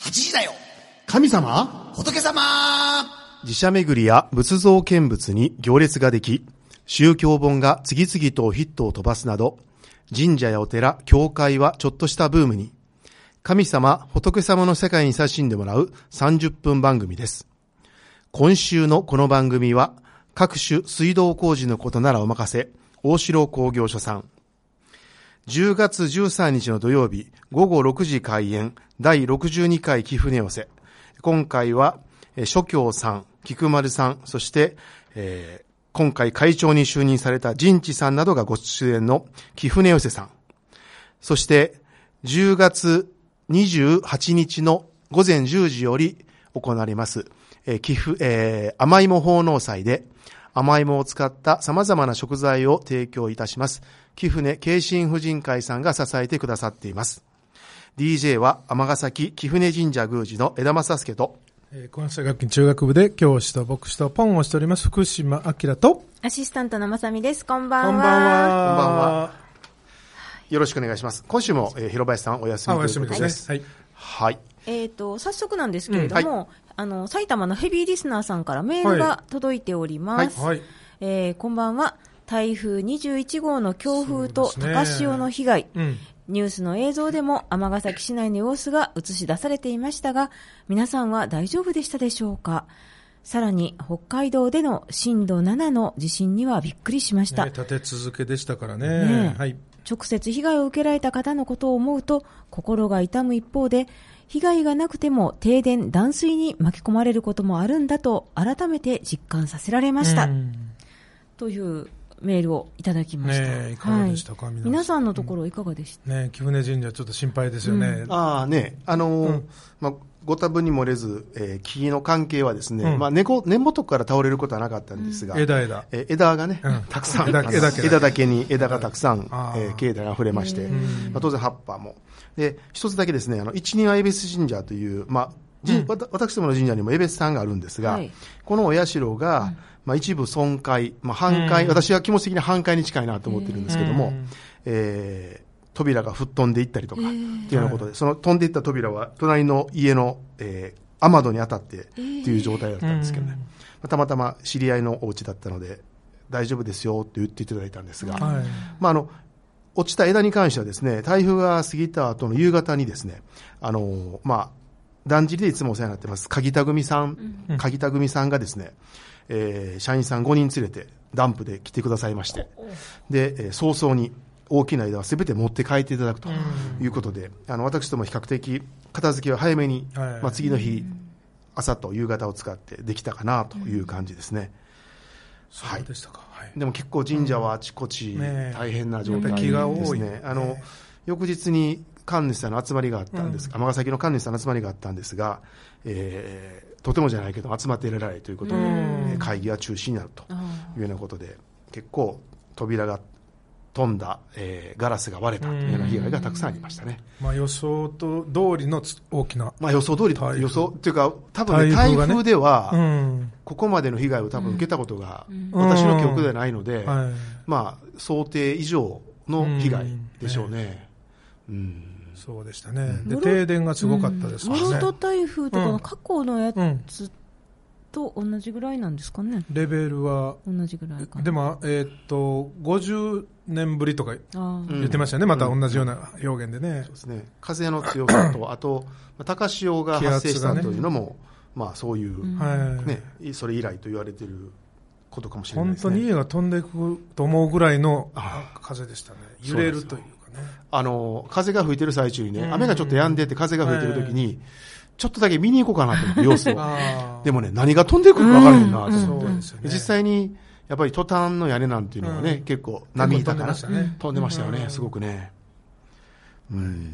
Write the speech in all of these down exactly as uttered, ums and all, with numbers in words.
はちじだよ。 神様、 仏様。 寺社巡りや仏像見物に行列ができ、宗教本が次々とヒットを飛ばすなど、神社やお寺、教会はちょっとしたブームに、神様、仏様の世界に親しんでもらうさんじゅっぷん番組です。今週のこの番組は、各種水道工事のことならお任せ、大城工業所さん。じゅうがつじゅうさんにちの土曜日、ごごろくじ開演、だいろくじゅうにかい貴船寄せ。今回は、諸教さん、菊丸さん、そして、えー、今回会長に就任された神智さんなどがご出演の貴船寄せさん。そして、じゅうがつにじゅうはちにちのごぜんじゅうじより行われます、えー、貴船、えー、甘芋奉納祭で、甘芋を使った様々な食材を提供いたします。貴船慶心婦人会さんが支えてくださっています。ディージェー は尼崎貴船神社宮司の枝正介と、 えー、小橋学院中学部で教師と牧師とポンをしております福島明とアシスタントのまさみです。こんばんは。 こんばんは。 こんばんは。よろしくお願いします。今週も、えー、広林さんお休みということです。 はい。 はい。 えっ、ー、と早速なんですけれども、 うんはい、 あの埼玉のヘビーリスナーさんからメールが届いております。 はいはい、 えー、こんばんは。台風にじゅういちごうの強風と高潮の被害、うん、ニュースの映像でも尼崎市内の様子が映し出されていましたが、皆さんは大丈夫でしたでしょうか。さらに北海道での震度ななの地震にはびっくりしました。 ね、立て続けでしたからね。 ね、 はい、 直接被害を受けられた方のことを思うと心が痛む一方で、被害がなくても停電断水に巻き込まれることもあるんだと改めて実感させられました、うん、というメールをいただきました。 ね、いかがでしたか、はい、皆さん。 皆さんのところいかがでした、 うん、ね、貴船神社ちょっと心配ですよね、 うん、ああね、あのーうんまあ、ご多分に漏れず、えー、木の関係はですね、うんまあ、根, 根元から倒れることはなかったんですが、 うん、枝枝、 えー、枝がね、うん、たくさん 枝, 枝, 枝だけに枝がたくさん、えー、境内が溢れまして、まあ、当然葉っぱもで一つだけですね、あの一庭恵比寿神社という、まあうん、私どもの神社にも恵比寿さんがあるんですが、はい、このお社が、うんまあ、一部損壊、まあ、半壊、うん、私は気持ち的に半壊に近いなと思ってるんですけども、えー、扉が吹っ飛んでいったりとかっていうようなことで、その飛んでいった扉は隣の家の、えー、雨戸に当たってっていう状態だったんですけどね、まあ、たまたま知り合いのお家だったので大丈夫ですよって言っていただいたんですが、はいまあ、あの落ちた枝に関してはですね、台風が過ぎた後の夕方にですね、あのまあだんじりでいつもお世話になってます鍵田組さん、うん、鍵田組さんがですね、えー、社員さんごにん連れてダンプで来てくださいまして、で、えー、早々に大きな枝はすべて持って帰っていただくということで、うん、あの私ども比較的片付けは早めに、はいまあ、次の日、うん、朝と夕方を使ってできたかなという感じですね、 うん、そうでしたか、はい、 でも結構神社はあちこち大変な状態ですね、 気が多いあの、ね、翌日に神主さんの集まりがあったんです、尼、うん、崎の神主さんの集まりがあったんですが、えー、とてもじゃないけど集まっていられないということで、えー、会議は中止になるというようなことで、結構扉が飛んだ、えー、ガラスが割れたというような被害がたくさんありましたね。 まあ、予想と通りの大きな、 まあ、予想通り予想というか多分、ね、台風では、ねうん、ここまでの被害を多分受けたことが、うん、私の記憶ではないので、うんはいまあ、想定以上の被害でしょうね、うんうんそうでしたね。で停電がすごかったですからね。 室戸台風とかの過去のやつと同じぐらいなんですかね。 レベルは同じぐらいかな。 でも、えー、っとごじゅうねんぶりとか言ってましたね。また同じような表現でね。 そうですね。風の強さとあと高潮が発生したというのも、ねまあ、そういう、うんね、それ以来と言われていることかもしれないですね。 本当に家が飛んでいくと思うぐらいの風でしたね。揺れるという。 あの風が吹いてる最中にね、雨がちょっと止んでて風が吹いてる時にちょっとだけ見に行こうかなと思って様子をでもね何が飛んでいくか分からへんなと思って、うんね、実際にやっぱりトタンの屋根なんていうのはね、うん、結構波板から飛んでましたよね、うん、すごくね、 うん、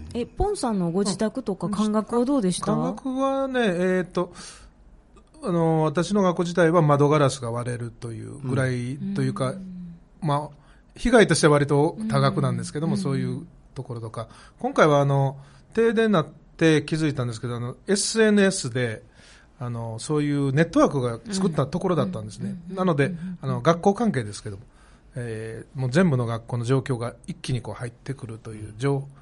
えポンさんのご自宅とか感覚はどうでした？ 感覚はね、えー、とあの私の学校自体は窓ガラスが割れるというぐらいというか、うん、まあ被害としては割と多額なんですけども、うん、そういうところとか、今回はあの停電になって気づいたんですけど、あの エスエヌエス であのそういうネットワークが作ったところだったんですね、うん、なのであの学校関係ですけども、えー、もう全部の学校の状況が一気にこう入ってくるという情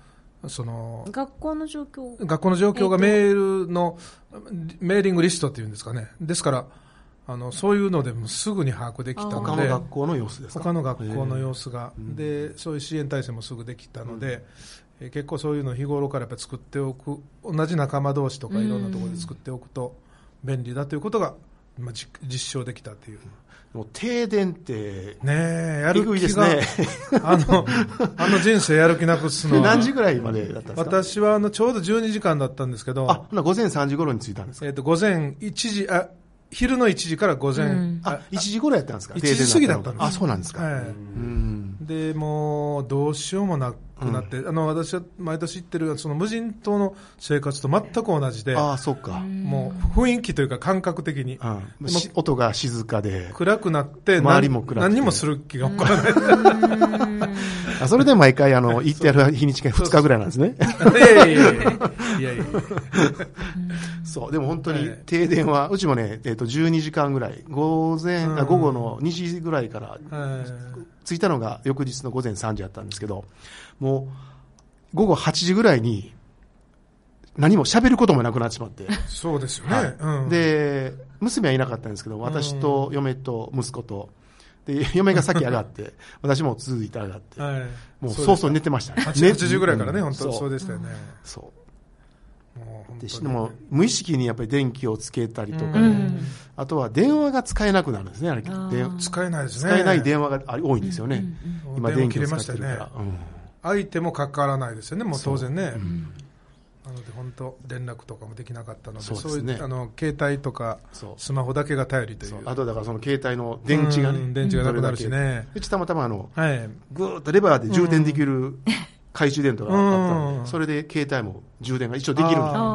その学校の状況学校の状況がメールの、えー、メーリングリストっていうんですかね。ですからあのそういうのでもすぐに把握できたので、 他の学校の様子ですか。 他の学校の様子が、でそういう支援体制もすぐできたので、うん、え結構そういうのを日頃からやっぱり作っておく、同じ仲間同士とかいろんなところで作っておくと便利だということが、まあ、実証できたという。 もう停電ってねえ、やる気が、 ですね、 あのあの人生やる気なくすのは何時ぐらいまでだったんですか。 私はあのちょうどじゅうにじかんだったんですけど、 あ、午前さんじ頃に着いたんですか。 えー、と午前いちじ、あ昼のいちじから午前、うん、 あいちじ頃やったんですか。 いちじ過ぎだったんです。 あ、そうなんですか。 はい、うん、でもうどうしようもなくなって、うん、あの私は毎年行ってるその無人島の生活と全く同じで、 あ、そうか、 もう雰囲気というか感覚的に、 うん、音が静かで暗くなって周りも暗くて何にもする気が起こらない。 あ、それで毎回あの行ってやる日にちがふつかぐらいなんですね。 いやいやいやいやいやそうでも本当に停電はうちもね、えー、とじゅうにじかんぐらい午前、うん、午後のにじぐらいから着いたのが翌日の午前さんじだったんですけど、もう午後はちじぐらいに何も喋ることもなくなってしまって。 そうですよね、 はい、 うん、 で娘はいなかったんですけど、私と嫁と息子とで嫁が先上がって私も続いて上がって、はい、もう早々寝てましたね。はちじぐらいからね、うん、本当そうでしたよね。 そうもう本当にでも無意識にやっぱり電気をつけたりとかね、うん、あとは電話が使えなくなるんですね。あれあ使えないですね。 使えない電話が多いんですよね、うんうん、今電気を使ってるから、ね、うん、 相手もかからないですよね、もう当然ね、うん、なので本当連絡とかもできなかったので、そうですね、そういうあの携帯とかスマホだけが頼りという、 あとだからその携帯の電池がね、 うん、電池がなくなるしね、 うちたまたまあの、はい、ぐーっとレバーで充電できる、うん、懐中電灯があったので、うん、それで携帯も充電が一応できるんですよ、うん、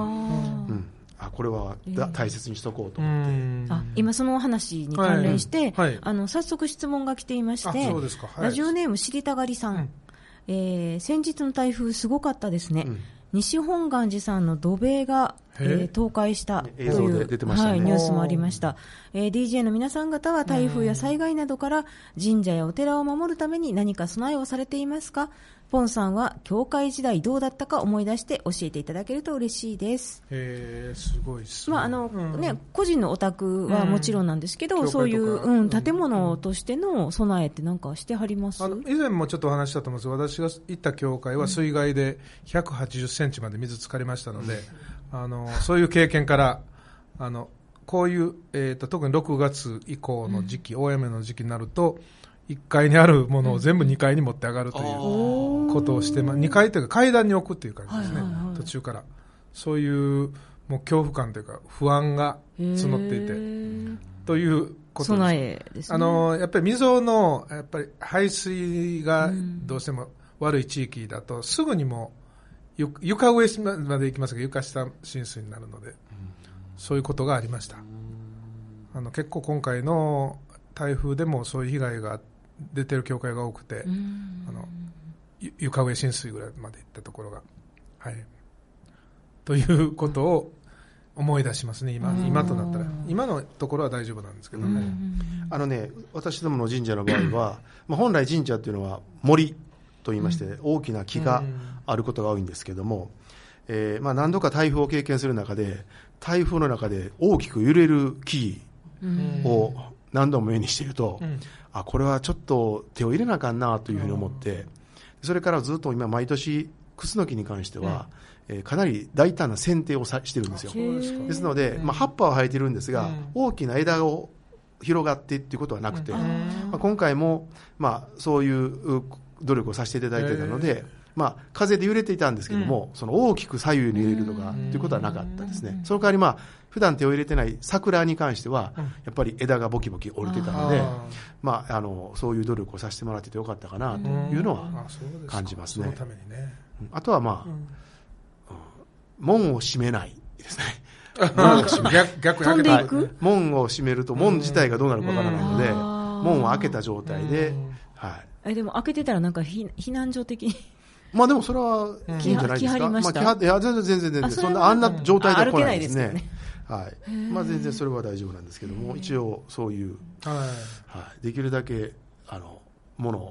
あ、これはだ大切にしとこうと思って、うん、 あ、今そのお話に関連して、はいはい、あの早速質問が来ていまして、 そうですか、はい、 ラジオネーム知りたがりさん、うん、えー、先日の台風すごかったですね、うん、西本願寺さんの土塀が、えー、倒壊したという、 出てましたね、 はい、ニュースもありました、えー、ディージェー の皆さん方は台風や災害などから神社やお寺を守るために何か備えをされていますか。ポンさんは教会時代どうだったか思い出して教えていただけると嬉しいです。 へー、すごいですね、 まああのうんね、個人のお宅はもちろんなんですけど、うん、そういう、うん、建物としての備えって何かしてはります？ あの以前もちょっとお話したと思うんですが、私が行った教会は水害でひゃくはちじゅっセンチまで水浸かりましたので、うん、あのそういう経験からあのこういう、えーと、特にろくがつ以降の時期、うん、大雨の時期になるといっかいにあるものを全部にかいに持って上がるということをして、まあ、にかいというか階段に置くという感じですね、はいはいはい、途中からそういうもう恐怖感というか不安が募っていてということです。 備えですね。 あのやっぱり溝のやっぱり排水がどうしても悪い地域だとすぐにもう床上まで行きますが床下浸水になるので、そういうことがありました。あの結構今回の台風でもそういう被害が出てる教会が多くて、あの床上浸水ぐらいまで行ったところが、はい、ということを思い出しますね。今、今となったら今のところは大丈夫なんですけどね。 あのね、私どもの神社の場合は、まあ、本来神社っていうのは森といいまして、うん、大きな木があることが多いんですけども、えーまあ、何度か台風を経験する中で台風の中で大きく揺れる木を何度も目にしていると、うん、あ、これはちょっと手を入れなあかんなというふうに思って、それからずっと今毎年クスノキに関しては、うん、えー、かなり大胆な剪定をさしてるんですよ。ですので、まあ、葉っぱは生えてるんですが、うん、大きな枝を広がってっていうことはなくて、うん、まあ、今回も、まあ、そういう努力をさせていただいていたので、まあ、風で揺れていたんですけども、うん、その大きく左右に揺れるのがということはなかったですね。その代わり、まあ、普段手を入れてない桜に関しては、うん、やっぱり枝がボキボキ折れてたので、まあ、あのそういう努力をさせてもらっててよかったかなというのは感じますね。 そのためにね。 あとは、まあ、うん、門を閉めないですね。 逆逆飛んでいく、 門を閉めると門自体がどうなるかわからないので、門を開けた状態で、はい、 えでも開けてたらなんか避難所的にまあでもそれはいいんじゃないですか。 来はりました。 まあ、いや全然全然全然そんなあんな状態では来ないですね。はい。まあ全然それは大丈夫なんですけども、一応そういう、はい、はい、できるだけあの物を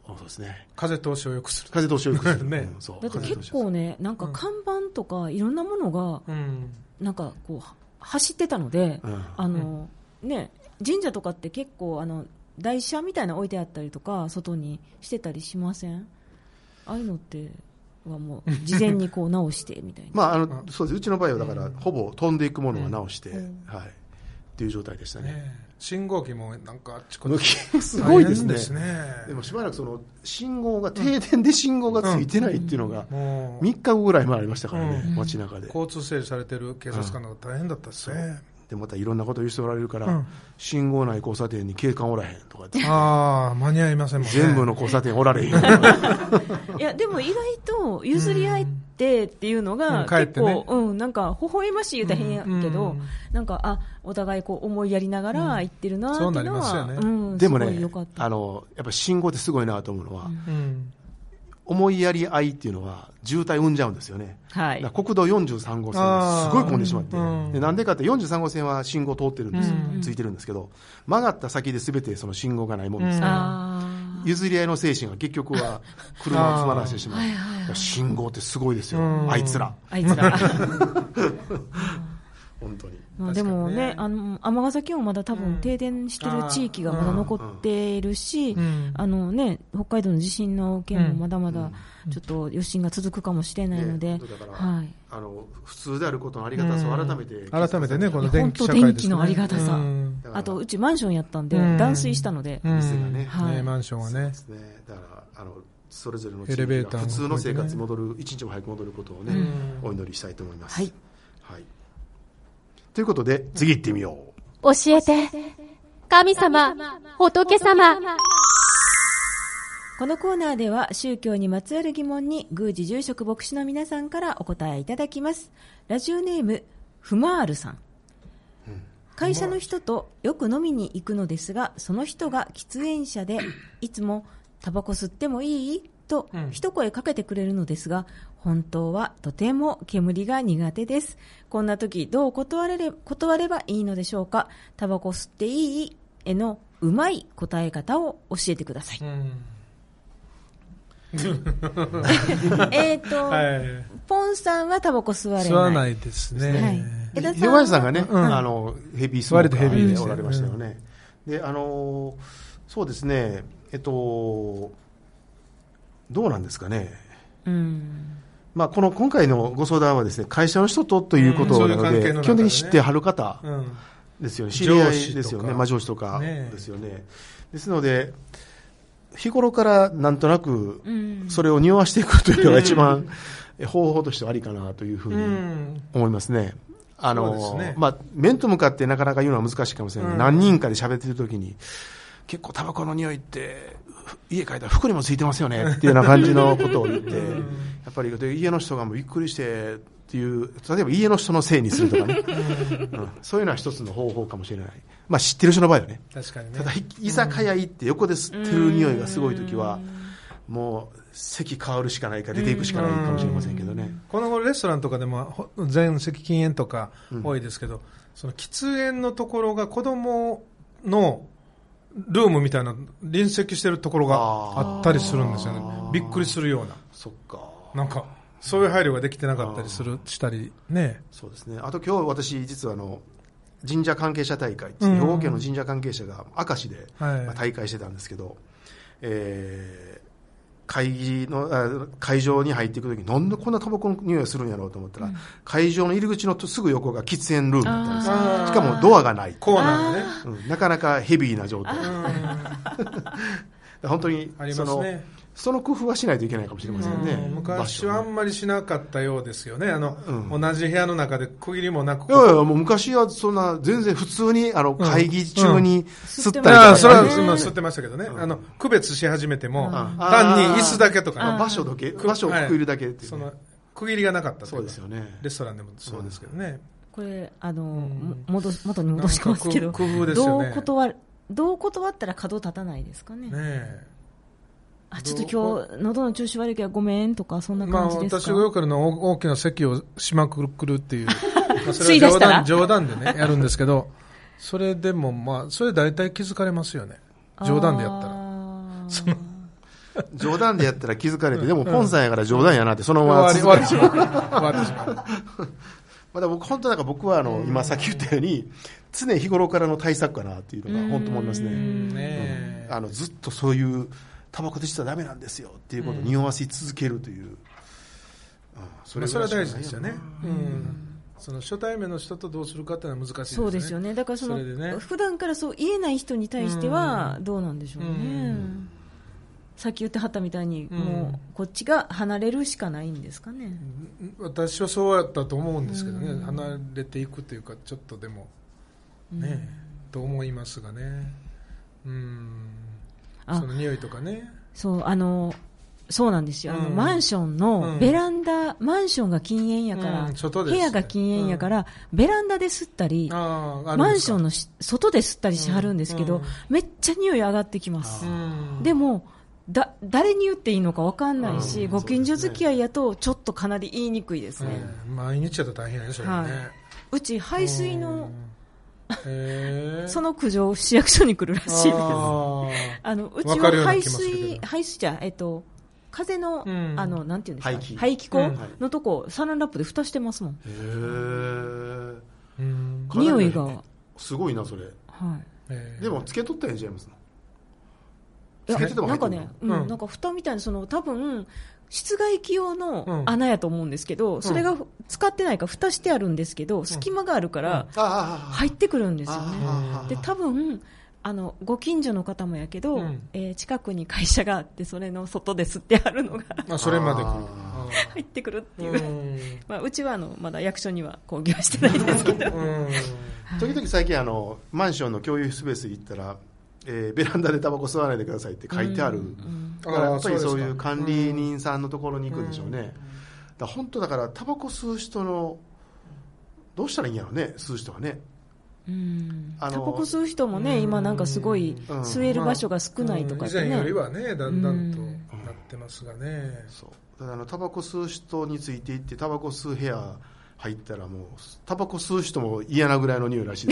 そうですね。 風通しを良くする。 風通しを良くする。 ね、 うん、そう。 だって結構ね、なんか看板とかいろんなものが、うん、なんかこう、走ってたので、うん、あの、ね、神社とかって結構、あの、台車みたいなの置いてあったりとか、外にしてたりしません？ああいうのって、はもう事前にこう直してみたいな。 まあ、あの、そうです。うちの場合はだから、うん、ほぼ飛んでいくものは直して、うん、はい。っていう状態でしたね。ね、 信号機もなんかあっちこっちすごいですね。 ですね。 でもしばらくその信号が、停電で信号がついてないっていうのが、みっかごぐらい前ありましたからね、うん、街中で。 交通整理されてる警察官の方大変だったですね。うんでまたいろんなことを言っておられるから、うん、信号ない交差点に警官おらへんとかってああ間に合いませんもんね。 全部の交差点おられへんいやでも意外と譲り合ってっていうのが、うん、結構、うん、なんか微笑ましい言うたら変やけど、うん、なんかあお互いこう思いやりながら行ってるなっていうのは、うん、うん、 でもねあのやっぱ信号ってすごいなと思うのは、うん思いやり合いっていうのは渋滞生んじゃうんですよね、はい、国道よんじゅうさん号線がすごい混んでしまって、うん、でなんでかってよんじゅうさん号線は信号通ってるんですよ、うん、ついてるんですけど曲がった先で全てその信号がないもんですから、うん、譲り合いの精神が結局は車を詰まらせてしまう、はいはいはい、信号ってすごいですよ、うん、あいつらあいつら本当にまあ、でもね、あの尼崎もまだ多分停電してる地域がまだ残っているし、うん、あのね、北海道の地震の件もまだまだちょっと余震が続くかもしれないので、 ね、だから、はい、あの普通であることのありがたさを改めて、うん、 改めてねこの電気社会ですね。 本当電気のありがたさ、うん、あとうちマンションやったんで、うん、断水したので、 うん、店がね、 はいね、マンションはね、 そうですね、だからあのそれぞれの地域が普通の生活に戻る、一日も早く戻ることをね、うん、お祈りしたいと思います。はい、はいということで次行ってみよう。教えて神様、仏様。 このコーナーでは宗教にまつわる疑問に宮司住職牧師の皆さんからお答えいただきます。ラジオネームふまーるさん、うん、会社の人とよく飲みに行くのですが、その人が喫煙者でいつもタバコ吸ってもいいと一声かけてくれるのですが、本当はとても煙が苦手です。こんな時どう断れれ、断ればいいのでしょうか。タバコ吸っていいへのうまい答え方を教えてください。うんえっと、はい、ポンさんはタバコ吸われない。 吸わないですね。 はい、ひばりさんがね、うん、あのヘビースモーカーでおられましたよね。うん、で、あのそうですね、えっとどうなんですかね。うん。まあ、この今回のご相談はですね、会社の人とということなので、うん、基本的に知ってはる方ですよね、うん、知り合いですよね、まあ、上司とかですよね。ねですので、日頃からなんとなくそれを匂わしていくというのが一番方法としてはありかなというふうに思いますね。あの、ね、まあ、面と向かってなかなか言うのは難しいかもしれないけど、うん、何人かで喋ってるときに、結構タバコの匂いって家帰ったら服にもついてますよねっていうような感じのことを言ってやっぱり家の人がもうびっくりしてっていう例えば家の人のせいにするとかね、うん、そういうのは一つの方法かもしれない。まあ知ってる人の場合はね。 確かにね。 ただ居酒屋行って横で吸ってる匂いがすごいときはもう席変わるしかないか出ていくしかないかもしれませんけどね。 この頃レストランとかでも全席禁煙とか多いですけど、うん、その喫煙のところが子供のルームみたいな隣接してるところがあったりするんですよね。びっくりするような。 そっか。 なんかそういう配慮ができてなかったりするしたりね。 そうですね。あと今日私実はあの神社関係者大会、兵庫県の神社関係者が明石で、はいまあ、大会してたんですけど、えー、会議の会場に入っていくときになんでこんなタバコの匂いがするんやろうと思ったら、うん、会場の入り口のすぐ横が喫煙ルームだったんですよ。しかもドアがない。 コーナーね、 うん。なかなかヘビーな状態。本当にありますね。 その工夫はしないといけないかもしれませんね。 うん、昔はあんまりしなかったようですよね。あの、うん、同じ部屋の中で区切りもなく。 いやいや、もう昔はそんな全然普通にあの会議中に吸ったりとか、 うんうん、それは今吸ってましたけどね。うん、あの区別し始めても、うん、単に椅子だけとか、 ね、場所だけ、場所を区切るだけっていう、ね、 はい、その区切りがなかったというか。 そうですよね。 レストランでもそうですけどね。うん、 これあの、うん、戻元に戻しますけど、 工夫ですよね。 どう断るどう断ったら角立たないですかね。ねえ。あ、ちょっと今日喉の調子悪いけどごめんとかそんな感じですか。 まあ、私がよくあるのは大きな席をしまくるっていう、まあ、それは冗談冗談でねやるんですけど、それでもまあそれ大体気づかれますよね。冗談でやったら。その冗談でやったら気づかれて、でもポンさんやから冗談やなってそのまま終わり終わってしまう。終わってしまう。 まだ僕本当なんか僕はあの今さっき言ったように常日頃からの対策かなっていうのが本当思いますね。 ねうん、あのずっとそういうタバコでしたらダメなんですよっていうことを匂わせ続けるという、うん、 それそれは大事ですよね。うん、その初対面の人とどうするかっていうのは難しいですね。 そうですよね。だからそのそれでね、 普段からそう言えない人に対してはどうなんでしょうね。うんさっき言ってはったみたいに、もうこっちが離れるしかないんですかね。 私はそうやったと思うんですけどね、離れていくというかちょっとでもね、と思いますがね。うん、その匂いとかね。 そうあのそうなんですよ。あの、うん、マンションのベランダ、うん、マンションが禁煙やから、うん、部屋が禁煙やから、うん、ベランダで吸ったり、マンションの外で吸ったりしはるんですけど、うん、めっちゃ匂い上がってきます。でもだ誰に言っていいのか分かんないし、うん、ご近所付き合いやとちょっとかなり言いにくいですね。 うん、毎日やと大変やね、それね、はい、 うち排水のその苦情市役所に来るらしいです。ああのうちは排水排水じゃえっと風の、うん、あのなんていうんですか、排気、排気口のとこ、うん、サランラップで蓋してますもん。へー、 うん、匂いがすごいなそれ。 はい。 でもつけとったらいいんちゃいますの。 いやなんかね、うん、なんか蓋みたいなその多分室外機用の穴やと思うんですけど、うん、それが使ってないから蓋してあるんですけど、隙間があるから入ってくるんですよね。で多分あのご近所の方もやけど、うんえー、近くに会社があってそれの外で吸ってあるのがあそれまで入ってくるっていう、うんまあ、うちはあのまだ役所には抗議はしてないですけど、うん、 時々最近あのマンションの共有スペース行ったらえー、ベランダでタバコ吸わないでくださいって書いてある、うんうん、だからやっぱりそういう管理人さんのところに行くんでしょうね、うん、だから本当だからタバコ吸う人のどうしたらいいんやろうね、吸う人はね、 うん、タバコ吸う人もね、うん、今なんかすごい吸える場所が少ないとかってね、 うんまあ、以前よりはねだんだんとなってますがね、うん、 そうだからあのタバコ吸う人についていってタバコ吸う部屋入ったらもうタバコ吸う人も嫌なぐらいの匂いらしい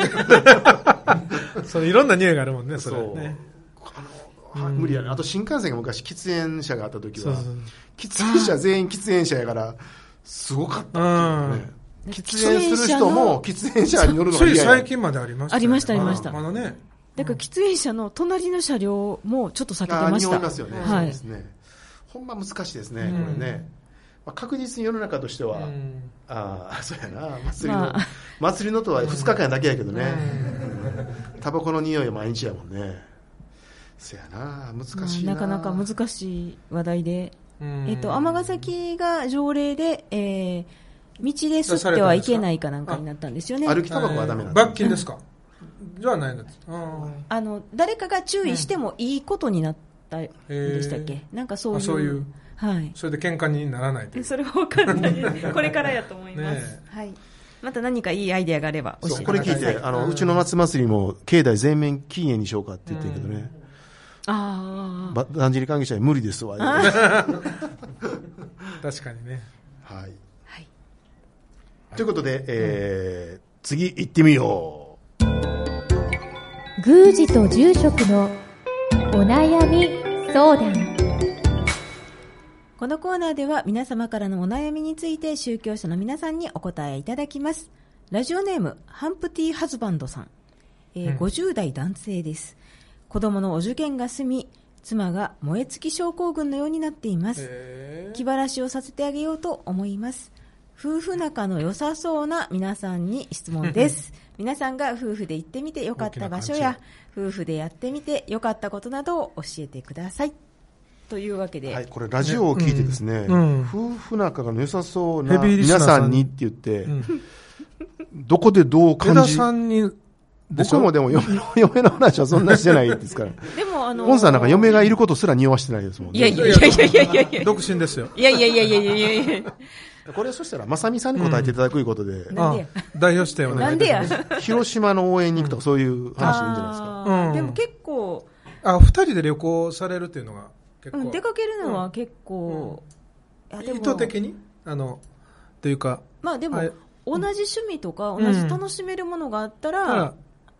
そういろんな匂いがあるもんね、それね。 あの、うん、無理やね。あと新幹線が昔喫煙者があった時は、そうそう喫煙者全員喫煙者やからすごかったっていうね。喫煙する人も喫煙者に乗るのが嫌や。 最近までありました、ね、 ありましたありました。 まだね。 だから喫煙者の隣の車両もちょっと避けてました。 匂いますよね。はい。そうですね。ほんま難しいですね、うん、これね。まあ、確実に世の中としては、うん、ああそうやな祭りの、まあ、祭りのとはふつかかんだけやけどね、タバコの匂いは毎日やもんね。そやな難しいな、 なかなか難しい話題で、えっと尼崎が条例で、えー、道で吸ってはいけないかなんかになったんですよね。 歩きタバコはダメなんです、ね、 罰金ですか。じゃあないんです。 あの誰かが注意してもいいことになったでしたっけ、うん、なんかそういう、 そういうはい、 それで喧嘩にならないという。 それは分からないこれからやと思います、ねはい、また何かいいアイデアがあれば教えてください。 これ聞いてあの、うん、うちの夏祭りも境内全面禁煙にしようかって言ってるけどね、 うん、ああだんじり関係者に無理ですわ確かにね、 はい、はい、ということで、えーうん、次行ってみよう。 宮司と住職のお悩み相談。 このコーナーでは皆様からのお悩みについて宗教者の皆さんにお答えいただきます。ラジオネームハンプティハズバンドさん、えーうん、ごじゅう代男性です。子供のお受験が済み妻が燃え尽き症候群のようになっています。気晴らしをさせてあげようと思います。夫婦仲の良さそうな皆さんに質問です皆さんが夫婦で行ってみてよかった場所や夫婦でやってみてよかったことなどを教えてくださいというわけで、 はい、これラジオを聞いてですね、うんうん、夫婦仲が良さそうな皆さんにって言って、うん、どこでどう感じ、 さんに僕もでも嫁の、嫁の話はそんなしてないですからでもあのー、 ポンさんなんか嫁がいることすら匂わしてないですもんね。 いやいやいやいやいやいやいや独身ですよ。 いやいやいやいやいやいやいやこれそしたらまさみさんに答えていただくいうことで、 うん、なんでや代表してお願いします。 なんでや広島の応援に行くとかそういう話でいいんじゃないですか、 うん、でも結構あ二人で旅行されるっていうのが結構、 うん、出かけるのは結構、 うん、いやでも意図的にあのというかまあでも同じ趣味とか同じ楽しめるものがあったら、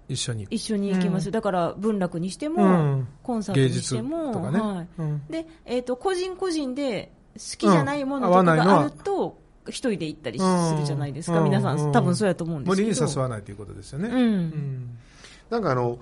一緒に一緒に行きます、うん、だから文楽にしても、うん、コンサートにしても、 とかね、 はいうん、で、えーと、個人個人で好きじゃないものとかがあると、うん、一人で行ったりするじゃないですか、うん、皆さん、うん、多分そうやと思うんですけど、 無理に誘わないということですよね、 うんうん、 なんかあの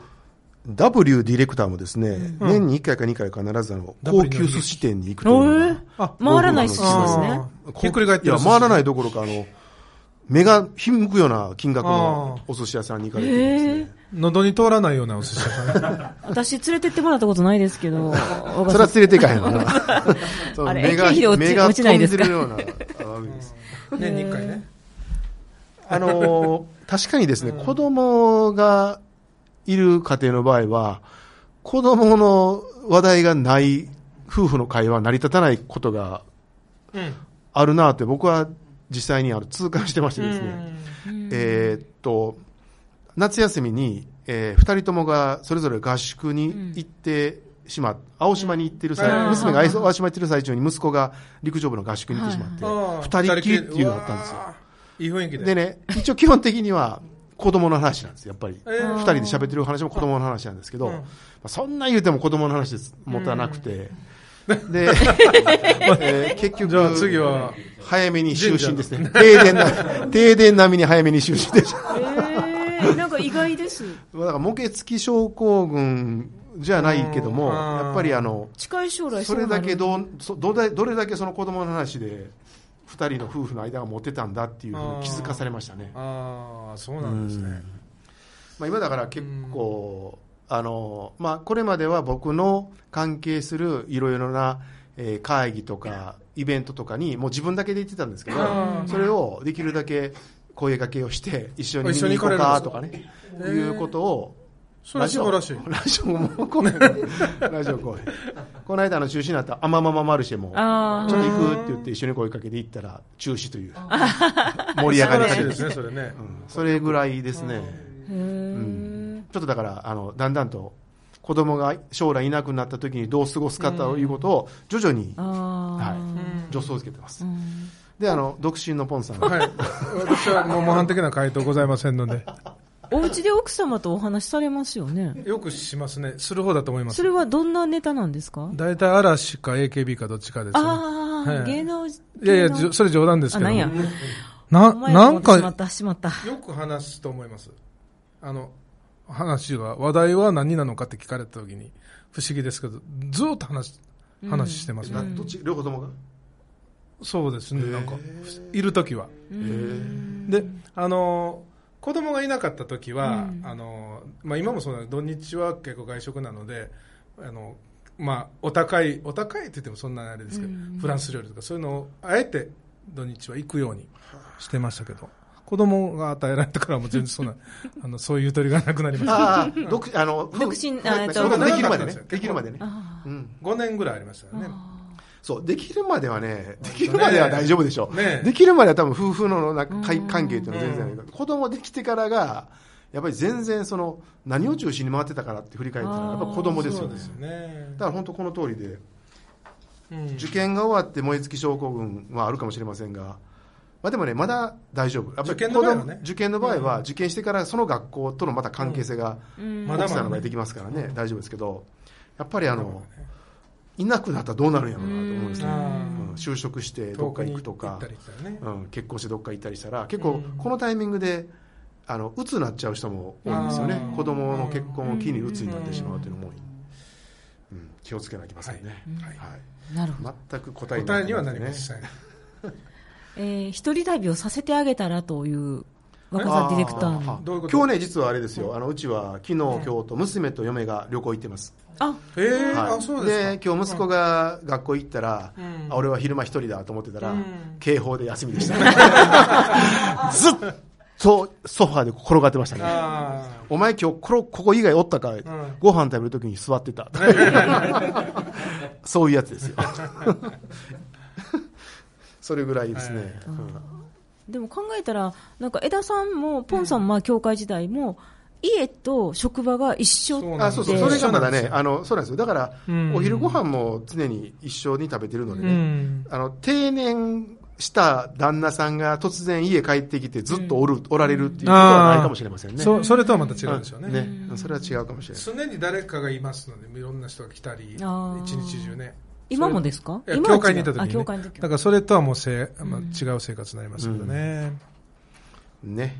W ディレクターもですね、うん、年にいっかいかにかい必ずあの高級寿司店に行くというのが、 あ回らない寿司ですね、 ひっくり返ってるいや回らないどころかあの目がひんむくような金額のお寿司屋さんに行かれてるんですね。 喉に通らないようなお寿司屋さん私連れてってもらったことないですけどそれは連れていかへんわなあれ目が目が飛んでるような年にいっかいねあの確かにですね、うん、子供がいる家庭の場合は子供の話題がない夫婦の会話は成り立たないことがあるなって僕は実際にある痛感してましてですね、えー、っと夏休みに、えー、ふたりともがそれぞれ合宿に行ってしまっ、うん、青島に行ってる最中、娘が青島に行ってる最中に息子が陸上部の合宿に行ってしまって、はい、ふたりっきりっていうのがあったんですよ。 いい雰囲気で。 でね、一応基本的には子供の話なんですよ、やっぱり。えー、ふたりで喋ってる話も子供の話なんですけど、うん、そんな言うても子供の話です持たなくて、うんで、えー、結局じゃあ次は早めに就寝ですね。停電な停電並みに早めに就寝でした。 えー、なんか意外です。 だから模型付き症候群じゃないけども、やっぱりあの近い将来それだけどどれどれだけその子供の話で二人の夫婦の間が持ってたんだっていうのを気づかされましたね。 ああ、そうなんですね。 まあ今だから結構。あのまあ、これまでは僕の関係するいろいろな、えー、会議とかイベントとかにもう自分だけで行ってたんですけど、それをできるだけ声掛けをして一緒に見に行こうかとかね、いうことをそれ素晴らしい。 ラジオもこのラジオ公演この間の中止になったアママママルシェもちょっと行くって言って一緒に声かけて行ったら中止という盛り上がり方ですね。それね、 うん、それぐらいですね。うん、ちょっとだからあのだんだんと子供が将来いなくなった時にどう過ごすかということを徐々に、はい、助走をつけてます。であの独身のポンさんは、はい、 私はもう模範的な回答ございませんのでお家で奥様とお話しされますよね。 よくしますね。する方だと思います。 それはどんなネタなんですか。 大体嵐か エーケービー かどっちかですね。 ああ、はい、芸能いやいやそれ冗談ですけど、ね、 ななんかしまったしまったよく話すと思います。あの話が話題は何なのかって聞かれたときに不思議ですけどずっと話話してますね、 うん、どっち両方ともがそうですね。なんかいるときはであの子供がいなかったときは、うんあのまあ、今もそうだけど土日は結構外食なのであの、まあ、お高いお高いって言ってもそんなあれですけど、うん、フランス料理とかそういうのをあえて土日は行くようにしてましたけど子供が与えられてからも全然そんなあのそういうゆとりがなくなりました。 あ独あの独身あそれができるまでねできるまでね、 うん、ごねんぐらいありましたよね。 そうできるまではねできるまでは大丈夫でしょ、ね、できるまでは多分夫婦のなんか関係っていうのは全然ないけど子供できてからがやっぱり全然その何を中心に回ってたからって振り返ったらやっぱ子供ですよ ね, ですよね。だから本当この通りで、うん、受験が終わって燃え尽き症候群はあるかもしれませんがまあ、でもねまだ大丈夫。やっぱり受験の場合はね受験の場合は受験してからその学校とのまた関係性が奥さんの場合できますからね大丈夫ですけどやっぱりあのいなくなったらどうなるんやろうなと思うんですね、うん、就職してどっか行くとか、ねうん、結婚してどっか行ったりしたら結構このタイミングであの鬱になっちゃう人も多いんですよね。子供の結婚を機に鬱になってしまうというのも多い、うん、気をつけなきゃいけませんね、はいはい、 なるほど。 全く答え答えにはなりませんえー、一人旅をさせてあげたらという若狭ディレクターのどういうこと今日ね実はあれですよあのうちは昨日今日と娘と嫁が旅行行ってます。 あへえ、はい、あそうですか。 で今日息子が学校行ったら、うん、あ俺は昼間一人だと思ってたら、うん、警報で休みでしたずっとソファーで転がってましたね。お前今日ここ以外おったか、うん、ご飯食べるときに座ってたそういうやつですよそれぐらいですね、はいうん、でも考えたらなんか江田さんもポンさんもまあ教会時代も家と職場が一緒で、 あそうそうそれがまだねあのそうなんですよ。だから、うん、お昼ご飯も常に一緒に食べてるのでね、うん、あの定年した旦那さんが突然家帰ってきてずっとおる、うん、おられるっていうことはないかもしれませんね。 そ, それとはまた違うんでしょうね。ね、 それは違うかもしれない。 常に誰かがいますので、いろんな人が来たり、一日中ね。 今もですか？今教会にいた時に、ね、 教会の時だからそれとはもうせ、まあ、違う生活になりますけどね。 うん、ね。 うん。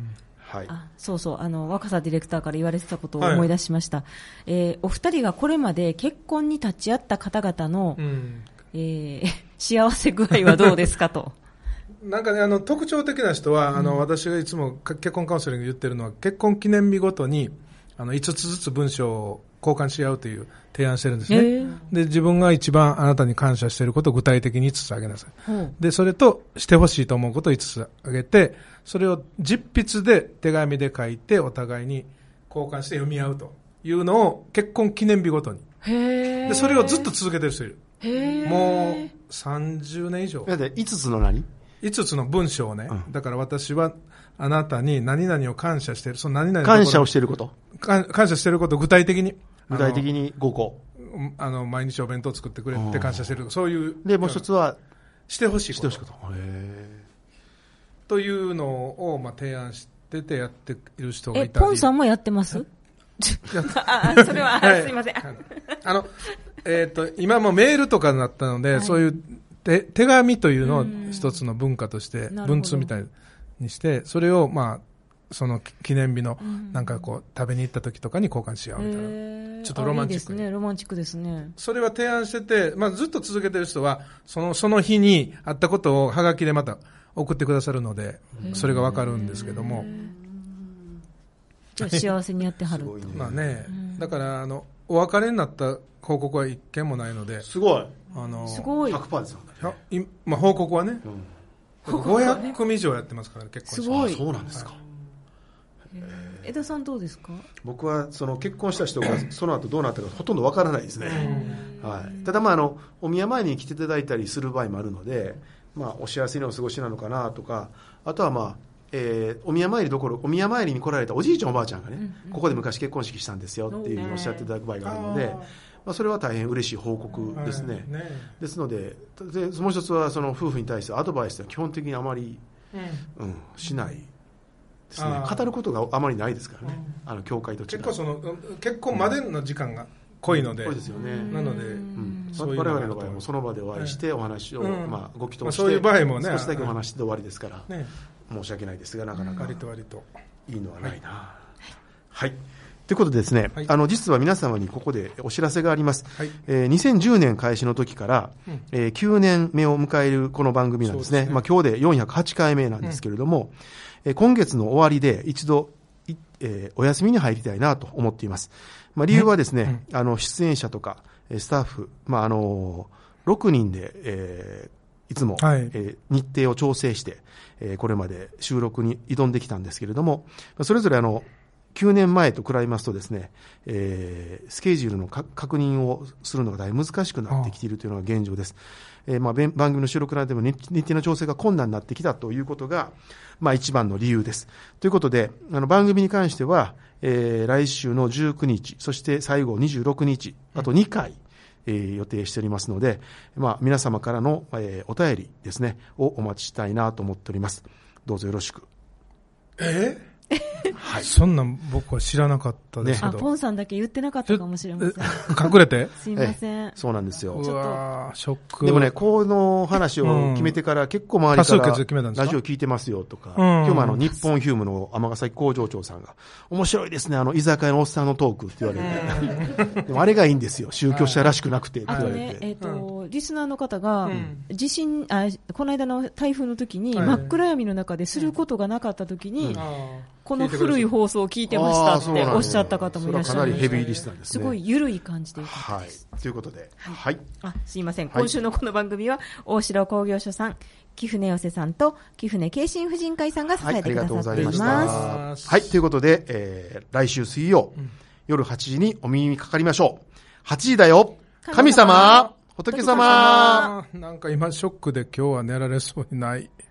はい、あそうそうあの若狭ディレクターから言われてたことを思い出しました、はいえー、お二人がこれまで結婚に立ち会った方々の、うんえー、幸せ具合はどうですかとなんかねあの特徴的な人は、うん、あの私がいつも結婚カウンセリング言ってるのは結婚記念日ごとにあのいつつずつ文章を交換し合うという提案してるんですね、えー、で自分が一番あなたに感謝していることを具体的にいつつあげなさい、うん、でそれとしてほしいと思うことをいつつあげてそれを実筆で手紙で書いてお互いに交換して読み合うというのを結婚記念日ごとにへでそれをずっと続けてる人いるへもうさんじゅうねん以上いつつの何いつつの文章をね、うん、だから私はあなたに何々を感謝しているその何々 感謝をしていること感謝していることを具体的に具体的にごこあの毎日お弁当を作ってくれて感謝しているそういうでもう一つはしてほしいことしてほしいことへというのを、まあ、提案しててやっている人がいたりえポンさんもやってますあそれは、はい、すいませんあの、えー、と今もメールとかになったので、はい、そういう手, 手紙というのを一つの文化として文通みたいにしてそれをまあその記念日のなんかこう食べに行った時とかに交換し合うみたいなちょっとロマンチックいいですねロマンチックですねそれは提案してて、まあ、ずっと続けてる人はそのその日にあったことをはがきでまた送ってくださるのでそれがわかるんですけどもじゃあ幸せにやってはるねまあねだからあのお別れになった報告は一件もないのですごいあのすごいひゃくパーセント ですよ、 まあ、報告はね、うん、ごひゃく組以上やってますからね結婚すごいそうなんですか、はい江田さんどうですか僕はその結婚した人がその後どうなったかほとんどわからないですね、はい、ただまああのお宮参りに来ていただいたりする場合もあるので、まあ、お幸せにお過ごしなのかなとかあとはまあえー、お宮参りどころお宮参りに来られたおじいちゃんおばあちゃんがね、うんうん、ここで昔結婚式したんですよっていうのをおっしゃっていただく場合があるので、まあ、それは大変嬉しい報告ですね、はい、ねですので、でもう一つはその夫婦に対してアドバイスは基本的にあまり、うんうん、しないですね、語ることがあまりないですからね、うん、あの教会と違う結構その結婚までの時間が濃いので、 濃いですよねなので、 うんうん、我々の場合もその場でお会いしてお話を、うんまあ、ご祈祷して、 まあ、そういう場合もね少しだけお話して終わりですから、ね、申し訳ないですがなかなか割と割といいのはないな、はいはい、ということでですね、はい、あの実は皆様にここでお知らせがあります、はいえー、にせんじゅうねん開始の時から、うんえー、きゅうねんめを迎えるこの番組なんですね、まあ、今日でよんひゃくはちかいめなんですけれども、うん今月の終わりで一度、えー、お休みに入りたいなと思っています。まあ、理由はですね、うん、あの出演者とかスタッフ、まあ、あのろくにんで、えー、いつも、はいえー、日程を調整して、えー、これまで収録に挑んできたんですけれども、それぞれあのきゅうねんまえと比べますとですね、えー、スケジュールの確認をするのが大変難しくなってきているというのが現状です。えーまあ、番組の収録などでも日程の調整が困難になってきたということが、まあ、一番の理由です。ということで、あの番組に関しては、えー、来週のじゅうくにち、そして最後にじゅうろくにち、あとにかい、えー、予定しておりますので、まあ、皆様からの、えー、お便りですね、をお待ちしたいなと思っております。どうぞよろしく。 えーはい、そんなん僕は知らなかったですけど、 ね、あポンさんだけ言ってなかったかもしれません。 隠れてすいません。 そうなんですよ。 うわショック。 でもね、この話を決めてから結構周りからラジオ聞いてますよとか、うん、今日もあの日本ヒュームの尼崎工場長さんが面白いですね、あの居酒屋のおっさんのトークって言われて、でもあれがいいんですよ、宗教者らしくなくてって言われて。ねえーとリスナーの方が、うん、地震あこの間の台風の時に、はい、真っ暗闇の中ですることがなかった時に、うん、この古い放送を聞いてましたっておっしゃった方もいらっしゃる。 かなりヘビーリスナーですね。 すごい緩い感じでよかったです。 はい、ということで、 はいはい、 あすいません、今週のこの番組は大城工業所さん、貴船寄さんと貴船慶心婦人会さんが支えてくださっています。はい、ありがとうございました。 はい、ということで、えー、来週水曜、うん、夜はちじにお耳にかかりましょう。はちじだよ、神様、仏様。 なんか今ショックで今日は寝られそうにない。